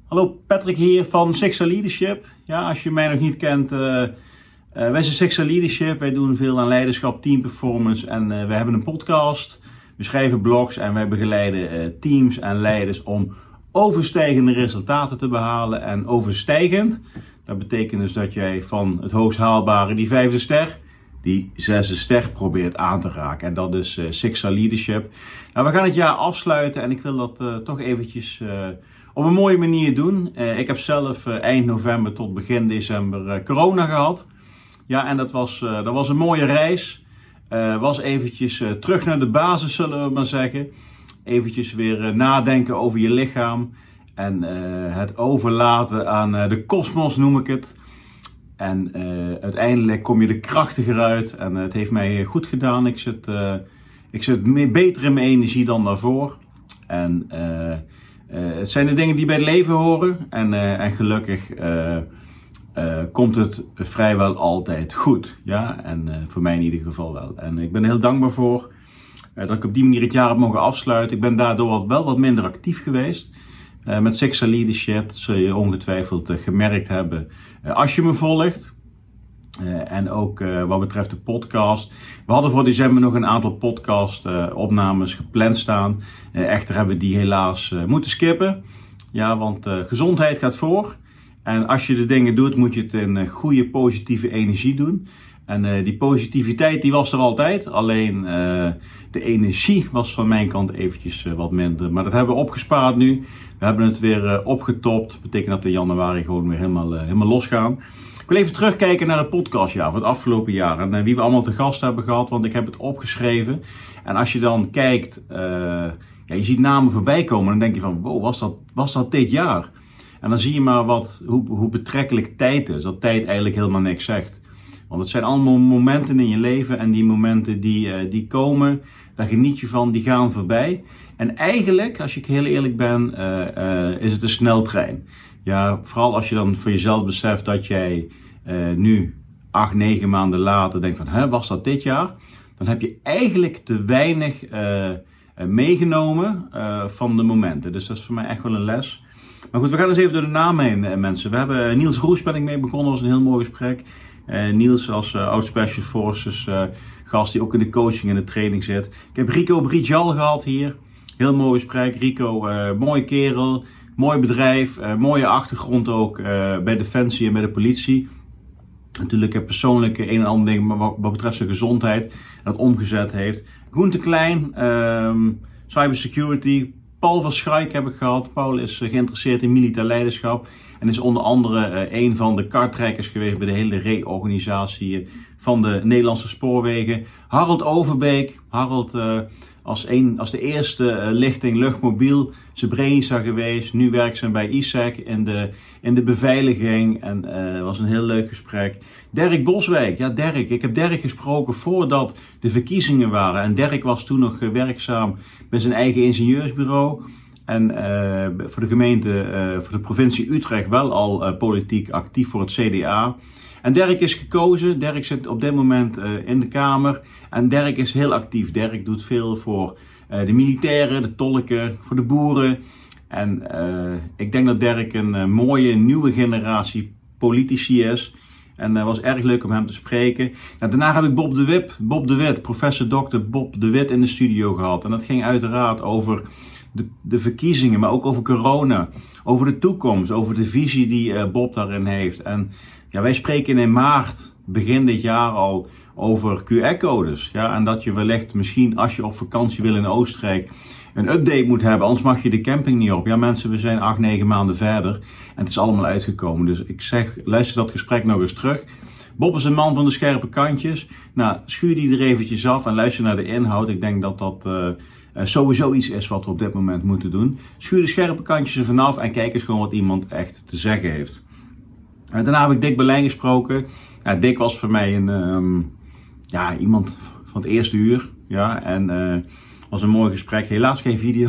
Hallo, Patrick hier van Sixer Leadership. Ja, als je mij nog niet kent, wij zijn Sixer Leadership. Wij doen veel aan leiderschap, team performance en we hebben een podcast. We schrijven blogs en wij begeleiden teams en leiders om overstijgende resultaten te behalen. En overstijgend, dat betekent dus dat jij van het hoogst haalbare, die 5e ster, die 6e ster probeert aan te raken. En dat is Sixer Leadership. Nou, we gaan het jaar afsluiten en ik wil dat toch eventjes op een mooie manier doen. Ik heb zelf eind november tot begin december corona gehad. Ja, en dat was een mooie reis. Was eventjes terug naar de basis, zullen we maar zeggen. Eventjes weer nadenken over je lichaam. En het overlaten aan de kosmos, noem ik het. En uiteindelijk kom je er krachtiger uit. En het heeft mij goed gedaan. Ik zit beter in mijn energie dan daarvoor. En het zijn de dingen die bij het leven horen. En gelukkig komt het vrijwel altijd goed. Ja? En voor mij in ieder geval wel. En ik ben er heel dankbaar voor dat ik op die manier het jaar heb mogen afsluiten. Ik ben daardoor wel wat minder actief geweest. Met Sixer Leadership, dat zul je ongetwijfeld gemerkt hebben als je me volgt. En ook wat betreft de podcast. We hadden voor december nog een aantal podcast opnames gepland staan. Echter hebben we die helaas moeten skippen. Ja, want gezondheid gaat voor. En als je de dingen doet, moet je het in goede, positieve energie doen. En die positiviteit die was er altijd. Alleen de energie was van mijn kant eventjes wat minder. Maar dat hebben we opgespaard nu. We hebben het weer opgetopt. Dat betekent dat we in januari gewoon weer helemaal losgaan. Ik wil even terugkijken naar het podcastjaar van het afgelopen jaar. En wie we allemaal te gast hebben gehad. Want ik heb het opgeschreven. En als je dan kijkt, je ziet namen voorbij komen. Dan denk je van, wow, was dat dit jaar? En dan zie je maar hoe betrekkelijk tijd is. Dat tijd eigenlijk helemaal niks zegt. Want het zijn allemaal momenten in je leven. En die momenten die komen, daar geniet je van, die gaan voorbij. En eigenlijk, als ik heel eerlijk ben, is het een sneltrein. Ja, vooral als je dan voor jezelf beseft dat jij nu 8, 9 maanden later denkt van, was dat dit jaar? Dan heb je eigenlijk te weinig meegenomen van de momenten. Dus dat is voor mij echt wel een les. Maar goed, we gaan eens even door de namen heen, mensen. We hebben Niels Roes ben ik mee begonnen, dat was een heel mooi gesprek. Niels als oud Special Forces gast die ook in de coaching en de training zit. Ik heb Rico Brijal gehad hier. Heel mooi gesprek. Rico, mooie kerel, mooi bedrijf, mooie achtergrond ook bij Defensie en bij de politie. Natuurlijk persoonlijk een en ander ding wat betreft zijn gezondheid en dat omgezet heeft. Gunther Klein, cybersecurity. Paul van Schaik heb ik gehad. Paul is geïnteresseerd in militair leiderschap. En is onder andere een van de kartrekkers geweest bij de hele reorganisatie van de Nederlandse spoorwegen. Harold Overbeek. Harold als de eerste lichting luchtmobiel Srebrenica geweest. Nu werkzaam bij ISEC in de beveiliging. En was een heel leuk gesprek. Dirk Boswijk. Ja, Dirk. Ik heb Dirk gesproken voordat de verkiezingen waren. En Dirk was toen nog werkzaam bij zijn eigen ingenieursbureau. En voor de gemeente, voor de provincie Utrecht wel al politiek actief voor het CDA. En Dirk is gekozen. Dirk zit op dit moment in de Kamer. En Dirk is heel actief. Dirk doet veel voor de militairen, de tolken, voor de boeren. En ik denk dat Dirk een mooie nieuwe generatie politici is. En het was erg leuk om hem te spreken. Nou, daarna heb ik Bob de Wit, professor Dr. Bob de Wit in de studio gehad. En dat ging uiteraard over de verkiezingen, maar ook over corona. Over de toekomst, over de visie die Bob daarin heeft. En ja, wij spreken in maart, begin dit jaar al, over QR-codes. Ja, en dat je wellicht misschien als je op vakantie wil in Oostenrijk een update moet hebben. Anders mag je de camping niet op. Ja mensen, we zijn 8, 9 maanden verder. En het is allemaal uitgekomen. Dus ik zeg, luister dat gesprek nog eens terug. Bob is een man van de scherpe kantjes. Nou, schuur die er eventjes af en luister naar de inhoud. Ik denk dat dat sowieso iets is wat we op dit moment moeten doen. Schuur de scherpe kantjes er vanaf en kijk eens gewoon wat iemand echt te zeggen heeft. Daarna heb ik Dick Berlijn gesproken. Ja, Dick was voor mij iemand van het eerste uur. Ja, en was een mooi gesprek. Helaas geen video.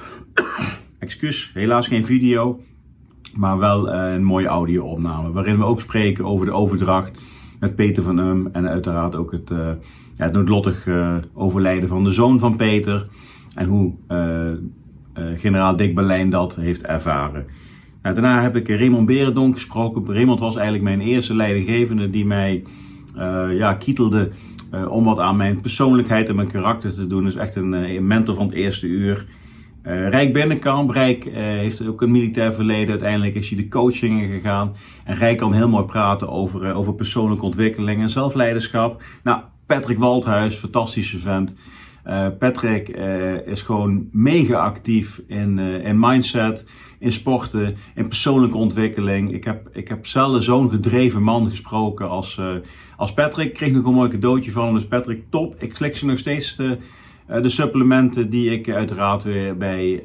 Helaas geen video. Maar wel een mooie audio-opname. Waarin we ook spreken over de overdracht met Peter van en uiteraard ook het noodlottig overlijden van de zoon van Peter. En hoe generaal Dick Berlijn dat heeft ervaren. Nou, daarna heb ik Raymond Berendonck gesproken. Raymond was eigenlijk mijn eerste leidinggevende die mij kietelde om wat aan mijn persoonlijkheid en mijn karakter te doen. Dus echt een mentor van het eerste uur. Rijk Binnenkamp. Rijk heeft ook een militair verleden. Uiteindelijk is hij de coachingen gegaan. En Rijk kan heel mooi praten over persoonlijke ontwikkeling en zelfleiderschap. Nou, Patrick Waldhuis, fantastische vent. Patrick is gewoon mega actief in mindset, in sporten, in persoonlijke ontwikkeling. Ik heb zelden zo'n gedreven man gesproken als Patrick. Ik kreeg nog een mooi cadeautje van hem, dus Patrick, top. Ik slik ze nog steeds de supplementen die ik uiteraard weer bij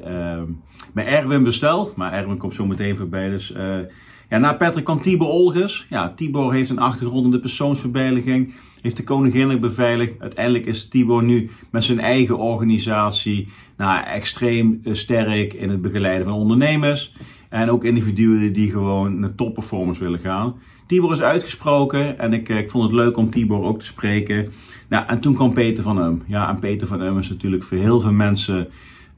Erwin bestel. Maar Erwin komt zo meteen voorbij. Dus na Patrick kwam Tibor Olges. Ja, Tibor heeft een achtergrond in de persoonsbeveiliging. Heeft de koningin beveiligd. Uiteindelijk is Tibor nu met zijn eigen organisatie extreem sterk in het begeleiden van ondernemers. En ook individuen die gewoon naar topperformance willen gaan. Tibor is uitgesproken en ik vond het leuk om Tibor ook te spreken. Nou, en toen kwam Peter van Uhm. Ja, en Peter van Uhm is natuurlijk voor heel veel mensen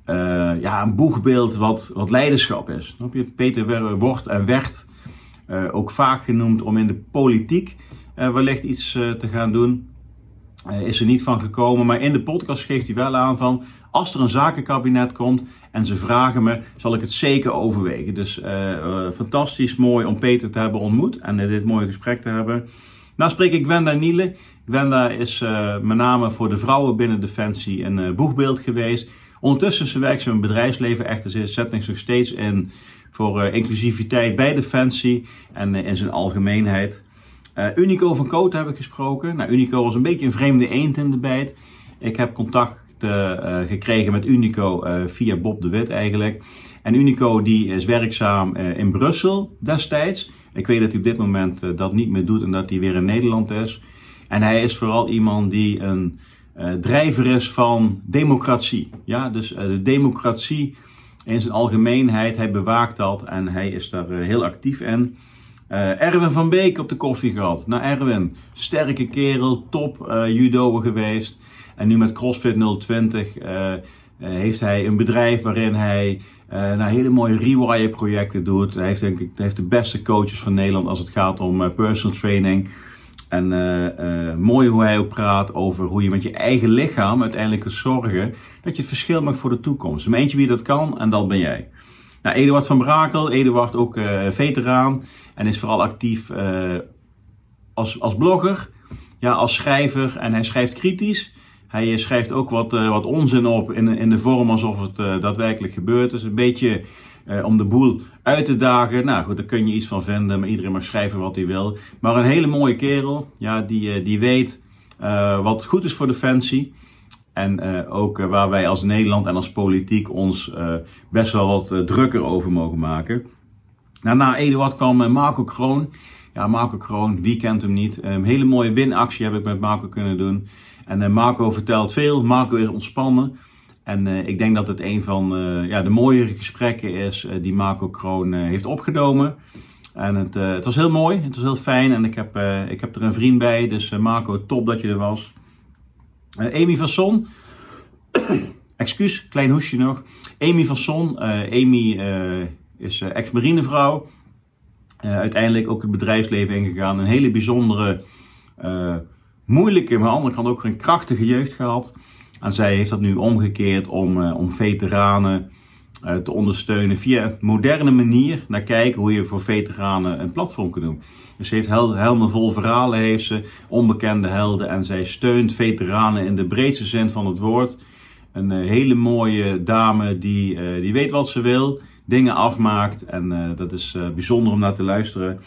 een boegbeeld wat leiderschap is. Snap je? Peter wordt en werd ook vaak genoemd om in de politiek wellicht iets te gaan doen. Is er niet van gekomen, maar in de podcast geeft hij wel aan van als er een zakenkabinet komt en ze vragen me, zal ik het zeker overwegen. Dus fantastisch mooi om Peter te hebben ontmoet en dit mooie gesprek te hebben. Nou spreek ik Gwenda Niele. Gwenda is met name voor de vrouwen binnen Defensie een boegbeeld geweest. Ondertussen werkt ze in het bedrijfsleven echt. Ze zet zich nog steeds in voor inclusiviteit bij Defensie en in zijn algemeenheid. Unico van Koot heb ik gesproken. Nou, Unico was een beetje een vreemde eend in de bijt. Ik heb contact gekregen met Unico via Bob de Wit eigenlijk. En Unico die is werkzaam in Brussel destijds. Ik weet dat hij op dit moment dat niet meer doet en dat hij weer in Nederland is. En hij is vooral iemand die een drijver is van democratie. Ja, dus de democratie in zijn algemeenheid, hij bewaakt dat en hij is daar heel actief in. Erwin van Beek op de koffie gehad. Nou Erwin, sterke kerel, top judoer geweest. En nu met CrossFit 020 heeft hij een bedrijf waarin hij hele mooie rewire projecten doet. Hij heeft de beste coaches van Nederland als het gaat om personal training. En mooi hoe hij ook praat over hoe je met je eigen lichaam uiteindelijk kunt zorgen dat je het verschil maakt voor de toekomst. Er is eentje wie dat kan en dat ben jij. Nou, Eduard van Brakel, Eduard ook veteraan en is vooral actief als blogger, ja, als schrijver en hij schrijft kritisch. Hij schrijft ook wat onzin op in de vorm alsof het daadwerkelijk gebeurd is. Een beetje om de boel uit te dagen. Nou goed, daar kun je iets van vinden, maar iedereen mag schrijven wat hij wil. Maar een hele mooie kerel, ja, die weet wat goed is voor Defensie. En ook waar wij als Nederland en als politiek ons best wel wat drukker over mogen maken. Nou, na Eduard kwam Marco Kroon. Ja, Marco Kroon, wie kent hem niet? Een hele mooie winactie heb ik met Marco kunnen doen. En Marco vertelt veel. Marco is ontspannen. En ik denk dat het een van de mooiere gesprekken is die Marco Kroon heeft opgenomen. En het was heel mooi, het was heel fijn en ik heb er een vriend bij. Dus Marco, top dat je er was. Amy van Son. Excuus, klein hoesje nog. Amy van Son. Amy is ex-marinevrouw. Uiteindelijk ook het bedrijfsleven ingegaan. Een hele bijzondere, moeilijke, maar aan de andere kant ook een krachtige jeugd gehad. En zij heeft dat nu omgekeerd om veteranen te ondersteunen via een moderne manier naar kijken hoe je voor veteranen een platform kunt doen. Dus ze heeft helemaal vol verhalen, heeft ze, onbekende helden en zij steunt veteranen in de breedste zin van het woord. Een hele mooie dame die weet wat ze wil, dingen afmaakt en dat is bijzonder om naar te luisteren.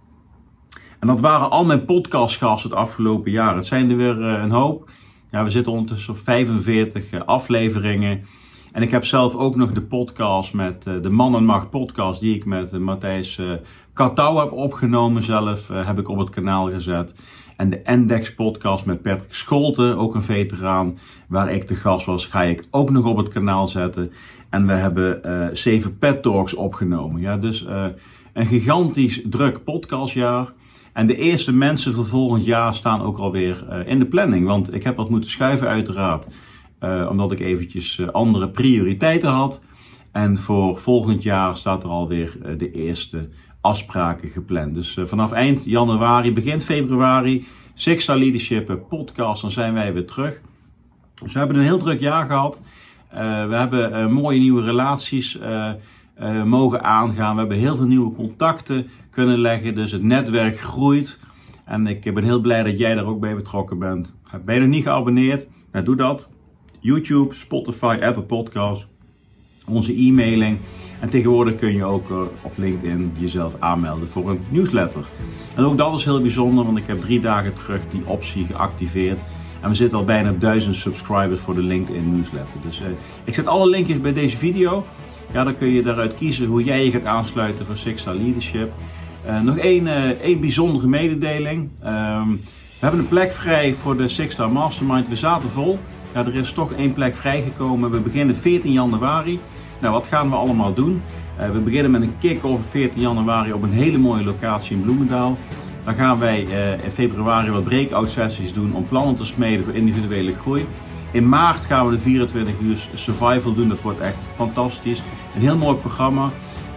En dat waren al mijn podcastgasten het afgelopen jaar. Het zijn er weer een hoop. Ja, we zitten ondertussen op 45 afleveringen. En ik heb zelf ook nog de podcast met de Man en Macht podcast die ik met Matthijs Katouw heb opgenomen zelf. Heb ik op het kanaal gezet. En de Index podcast met Patrick Scholten, ook een veteraan, waar ik te gast was, ga ik ook nog op het kanaal zetten. En we hebben 7 Pet Talks opgenomen. Ja, dus een gigantisch druk podcastjaar. En de eerste mensen voor volgend jaar staan ook alweer in de planning. Want ik heb wat moeten schuiven uiteraard. Omdat ik eventjes andere prioriteiten had. En voor volgend jaar staat er alweer de eerste afspraken gepland. Dus vanaf eind januari, begin februari, Six Star Leadership podcast, dan zijn wij weer terug. Dus we hebben een heel druk jaar gehad. We hebben mooie nieuwe relaties mogen aangaan. We hebben heel veel nieuwe contacten kunnen leggen. Dus het netwerk groeit. En ik ben heel blij dat jij daar ook bij betrokken bent. Ben je nog niet geabonneerd? Nou, doe dat. YouTube, Spotify, Apple Podcasts. Onze e-mailing. En tegenwoordig kun je ook op LinkedIn jezelf aanmelden voor een newsletter. En ook dat is heel bijzonder, want ik heb 3 dagen terug die optie geactiveerd. En we zitten al bijna op 1000 subscribers voor de LinkedIn newsletter. Dus ik zet alle linkjes bij deze video. Ja, dan kun je daaruit kiezen hoe jij je gaat aansluiten voor Six Star Leadership. Nog één bijzondere mededeling. We hebben een plek vrij voor de Six Star Mastermind. We zaten vol. Ja, er is toch 1 plek vrijgekomen. We beginnen 14 januari. Nou, wat gaan we allemaal doen? We beginnen met een kick-off 14 januari op een hele mooie locatie in Bloemendaal. Dan gaan wij in februari wat breakout sessies doen om plannen te smeden voor individuele groei. In maart gaan we de 24 uur survival doen. Dat wordt echt fantastisch. Een heel mooi programma.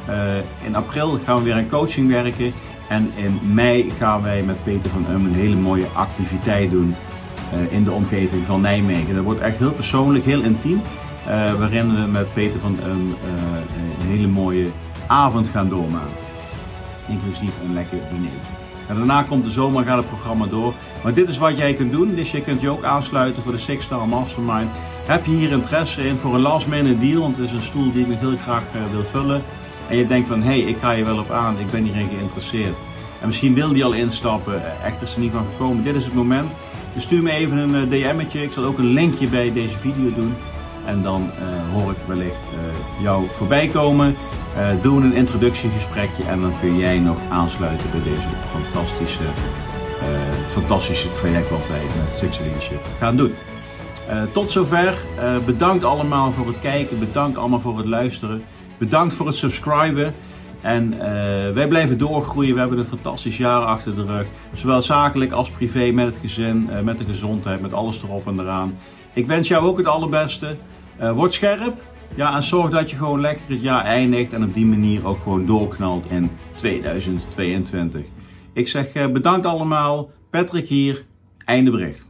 In april gaan we weer aan coaching werken. En in mei gaan wij met Peter van een hele mooie activiteit doen in de omgeving van Nijmegen. Dat wordt echt heel persoonlijk, heel intiem. Waarin we met Peter van een hele mooie avond gaan doormaken. Inclusief een lekker diner. En daarna komt de zomer, gaat het programma door. Maar dit is wat jij kunt doen. Dus je kunt je ook aansluiten voor de Six Star Mastermind. Heb je hier interesse in voor een last minute deal? Want het is een stoel die ik nog heel graag wil vullen. En je denkt van, hey, ik ga je wel op aan. Ik ben hierin geïnteresseerd. En misschien wil die al instappen. Echt is er niet van gekomen. Dit is het moment. Dus stuur me even een DM'tje. Ik zal ook een linkje bij deze video doen. En dan hoor ik wellicht jou voorbij komen. Doe een introductiegesprekje en dan kun jij nog aansluiten bij deze fantastische traject wat wij met Six Star Leadership gaan doen. Tot zover. Bedankt allemaal voor het kijken. Bedankt allemaal voor het luisteren. Bedankt voor het subscriben. En wij blijven doorgroeien. We hebben een fantastisch jaar achter de rug. Zowel zakelijk als privé, met het gezin, met de gezondheid, met alles erop en eraan. Ik wens jou ook het allerbeste. Word scherp. Ja, en zorg dat je gewoon lekker het jaar eindigt en op die manier ook gewoon doorknalt in 2022. Ik zeg bedankt allemaal. Patrick hier. Einde bericht.